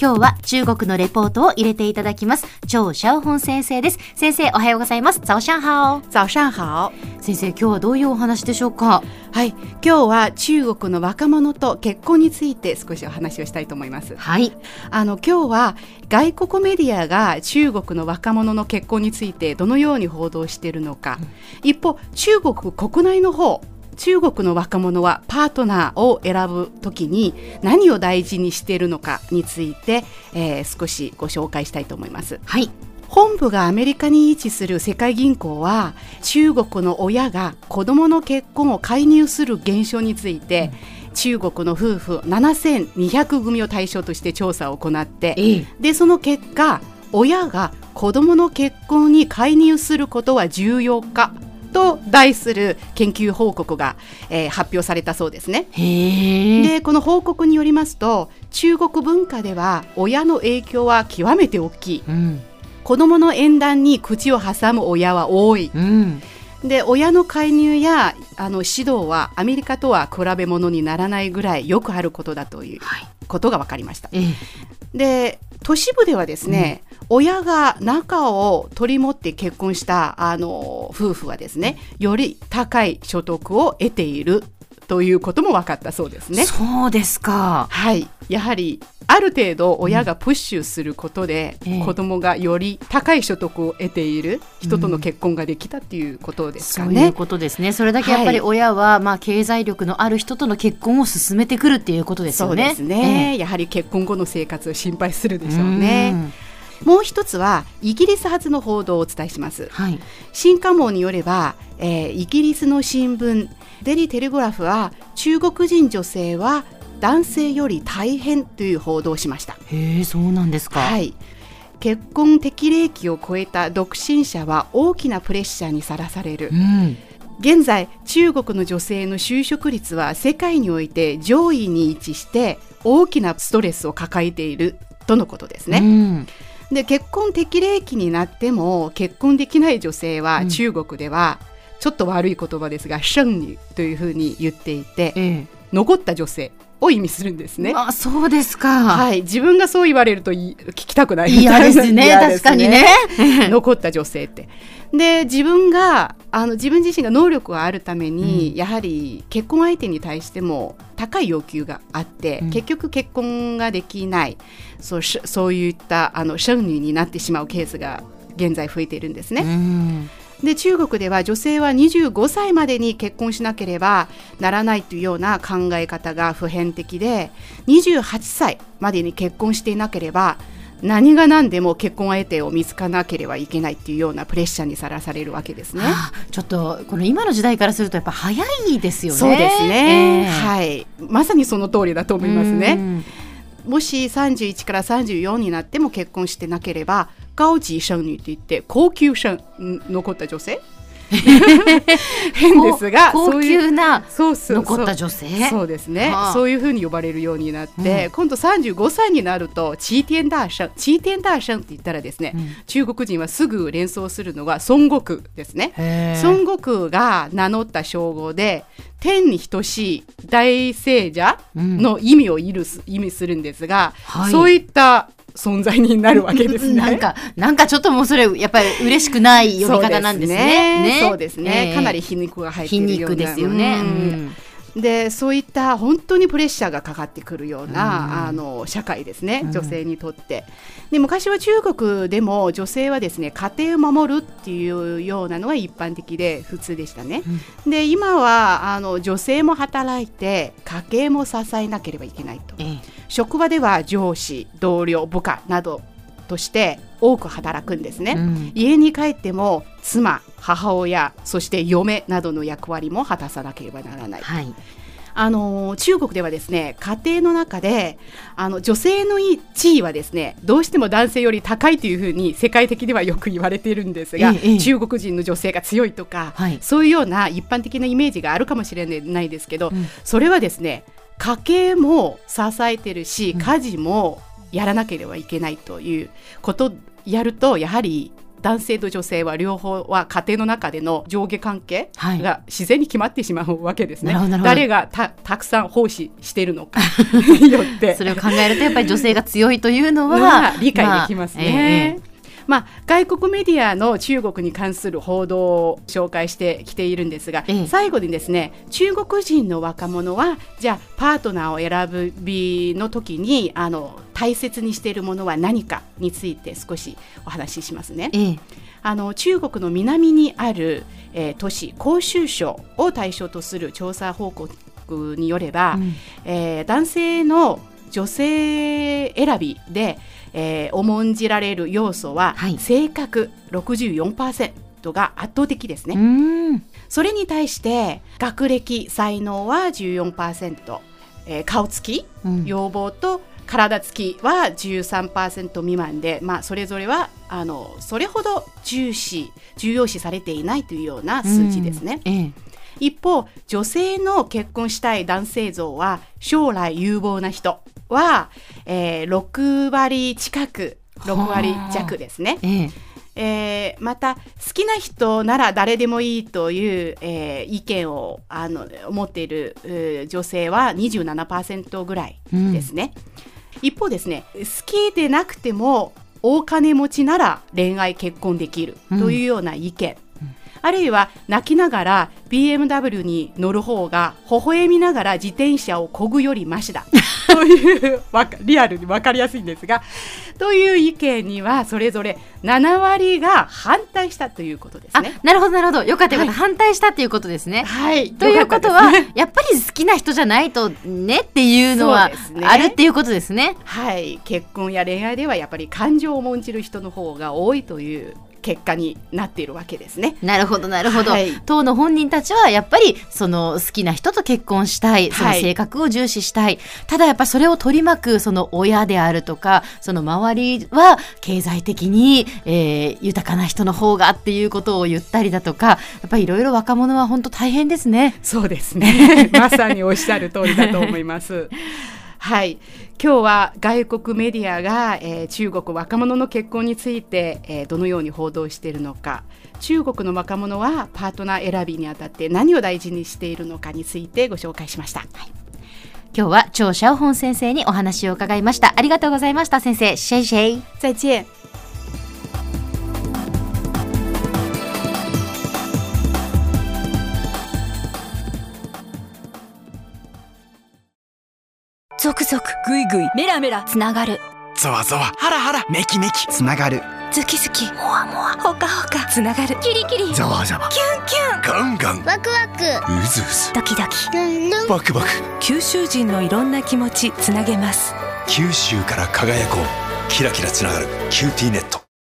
今日は中国のレポートを入れていただきます張小本先生です。先生、おはようございます。早上好。 早上好。 先生、今日はどういうお話でしょうか？ はい、今日は中国の若者と結婚について少しお話をしたいと思います。 はい。 今日は外国メディアが中国の若者の結婚についてどのように報道しているのか、一方中国国内の方、中国の若者はパートナーを選ぶときに何を大事にしているのかについて、少しご紹介したいと思います。 はい。 本部がアメリカに位置する世界銀行は中国の親が子どもの結婚を介入する現象について、中国の夫婦7200組を対象として調査を行って、でその結果、親が子どもの結婚に介入することは重要かと題する研究報告が、発表されたそうですね。でこの報告によりますと、中国文化では親の影響は極めて大きい、子どもの縁談に口を挟む親は多い、で親の介入や指導はアメリカとは比べ物にならないぐらいよくあることだということが分かりました。で都市部ではですね、親が仲を取り持って結婚した夫婦はですね、より高い所得を得ているということも分かったそうですね。 そうですか。 はい、やはりある程度親がプッシュすることで、子供がより高い所得を得ている人との結婚ができたっていうことですかね。 そういうことですね。それだけやっぱり親は、経済力のある人との結婚を進めてくるっていうことですよね。 そうですね、やはり結婚後の生活を心配するでしょうね。もう一つはイギリス発の報道をお伝えします。新華網によれば、イギリスの新聞デリーテレグラフは中国人女性は男性より大変という報道をしました。 そうなんですか。 はい、結婚適齢期を超えた独身者は大きなプレッシャーにさらされる。現在中国の女性の就職率は世界において上位に位置して大きなストレスを抱えているとのことですね。で結婚適齢期になっても結婚できない女性は中国では、ちょっと悪い言葉ですが剩女というふうに言っていて、残った女性を意味するんですね。 そうですか。 はい、自分がそう言われると聞きたくないみたいな。嫌ですね。確かにね。 残った女性ってで自分自身が能力があるために、やはり結婚相手に対しても高い要求があって、結局結婚ができない、そういった剩女になってしまうケースが現在増えているんですね。で中国では女性は25歳までに結婚しなければならないというような考え方が普遍的で、28歳までに結婚していなければ何が何でも結婚相手を見つからなければいけないというようなプレッシャーにさらされるわけですね。 ちょっとこの今の時代からするとやっぱ早いですよね。 そうですね、はい、まさにその通りだと思いますね。もし31から34になっても結婚してなければ高級剩女といって高級残った女性変ですが高級な残った女性、 そうですね、そういうふうに呼ばれるようになって、今度35歳になるとチーティエンダーシェンって言ったらですね、中国人はすぐ連想するのが孫悟空ですね。孫悟空が名乗った称号で天に等しい大聖者の意味を意味するんですが、そういった存在になるわけですね。 なんかちょっともうそれやっぱり嬉しくない読み方なんですね。 そうですね、かなり皮肉が入っているような。 皮肉ですよね。 でそういった本当にプレッシャーがかかってくるような、社会ですね、女性にとって。で昔は中国でも女性はですね家庭を守るっていうようなのが一般的で普通でしたね。で今は女性も働いて家計も支えなければいけないと、職場では上司同僚部下などとして多く働くんですね。家に帰っても妻母親そして嫁などの役割も果たさなければならない。中国ではですね家庭の中で女性の地位はですねどうしても男性より高いというふうに世界的ではよく言われているんですが、中国人の女性が強いとか、そういうような一般的なイメージがあるかもしれないですけど、それはですね家計も支えてるし家事もやらなければいけないということをやると、やはり男性と女性は両方は家庭の中での上下関係が自然に決まってしまうわけですね。誰が たくさん奉仕しているのかによってそれを考えるとやっぱり女性が強いというのは理解できますね。外国メディアの中国に関する報道を紹介してきているんですが、最後にですね、中国人の若者はじゃあパートナーを選ぶ日の時に大切にしているものは何かについて少しお話ししますね。中国の南にある、都市広州省を対象とする調査報告によれば、男性の女性選びで重んじられる要素は、性格 64% が圧倒的ですね。それに対して学歴才能は 14%、顔つき、容貌と体つきは 13% 未満で、それぞれはそれほど重要視されていないというような数字ですね。一方、女性の結婚したい男性像は将来有望な人は、6割近く、6割弱ですね。また好きな人なら誰でもいいという、意見を持っている、女性は 27% ぐらいですね。一方ですね、好きでなくても大金持ちなら恋愛結婚できるというような意見、あるいは泣きながら BMW に乗る方が微笑みながら自転車を漕ぐよりマシだというリアルに分かりやすいんですが、という意見にはそれぞれ7割が反対したということですね。 なるほどなるほど、よかったよかった、反対したということですね。ということは、やっぱり好きな人じゃないとねっていうのはあるっていうことですね。 結婚や恋愛ではやっぱり感情を重んじる人の方が多いという結果になっているわけですね。 なるほどなるほど、当の本人たちはやっぱりその好きな人と結婚したい、その性格を重視したい、ただやっぱそれを取り巻くその親であるとかその周りは経済的に、豊かな人の方がっていうことを言ったりだとか、やっぱりいろいろ若者は本当大変ですね。 そうですねまさにおっしゃる通りだと思います今日は外国メディアが、中国若者の結婚について、どのように報道しているのか、中国の若者はパートナー選びにあたって何を大事にしているのかについてご紹介しました。 今日は張小本先生にお話を伺いました。ありがとうございました先生。谢谢。 再见。 ゾクゾクグイグイメラメラつながる、 ゾワゾワハラハラメキメキつながる、 ズキズキモワモワホカホカつながる、キリキリザワザワキュンキュンガンガンワクワクうずうずドキドキルンルンバクバク、 九州人のいろんな気持ちつなげます。 九州から輝こう、キラキラつながるキューティーネット。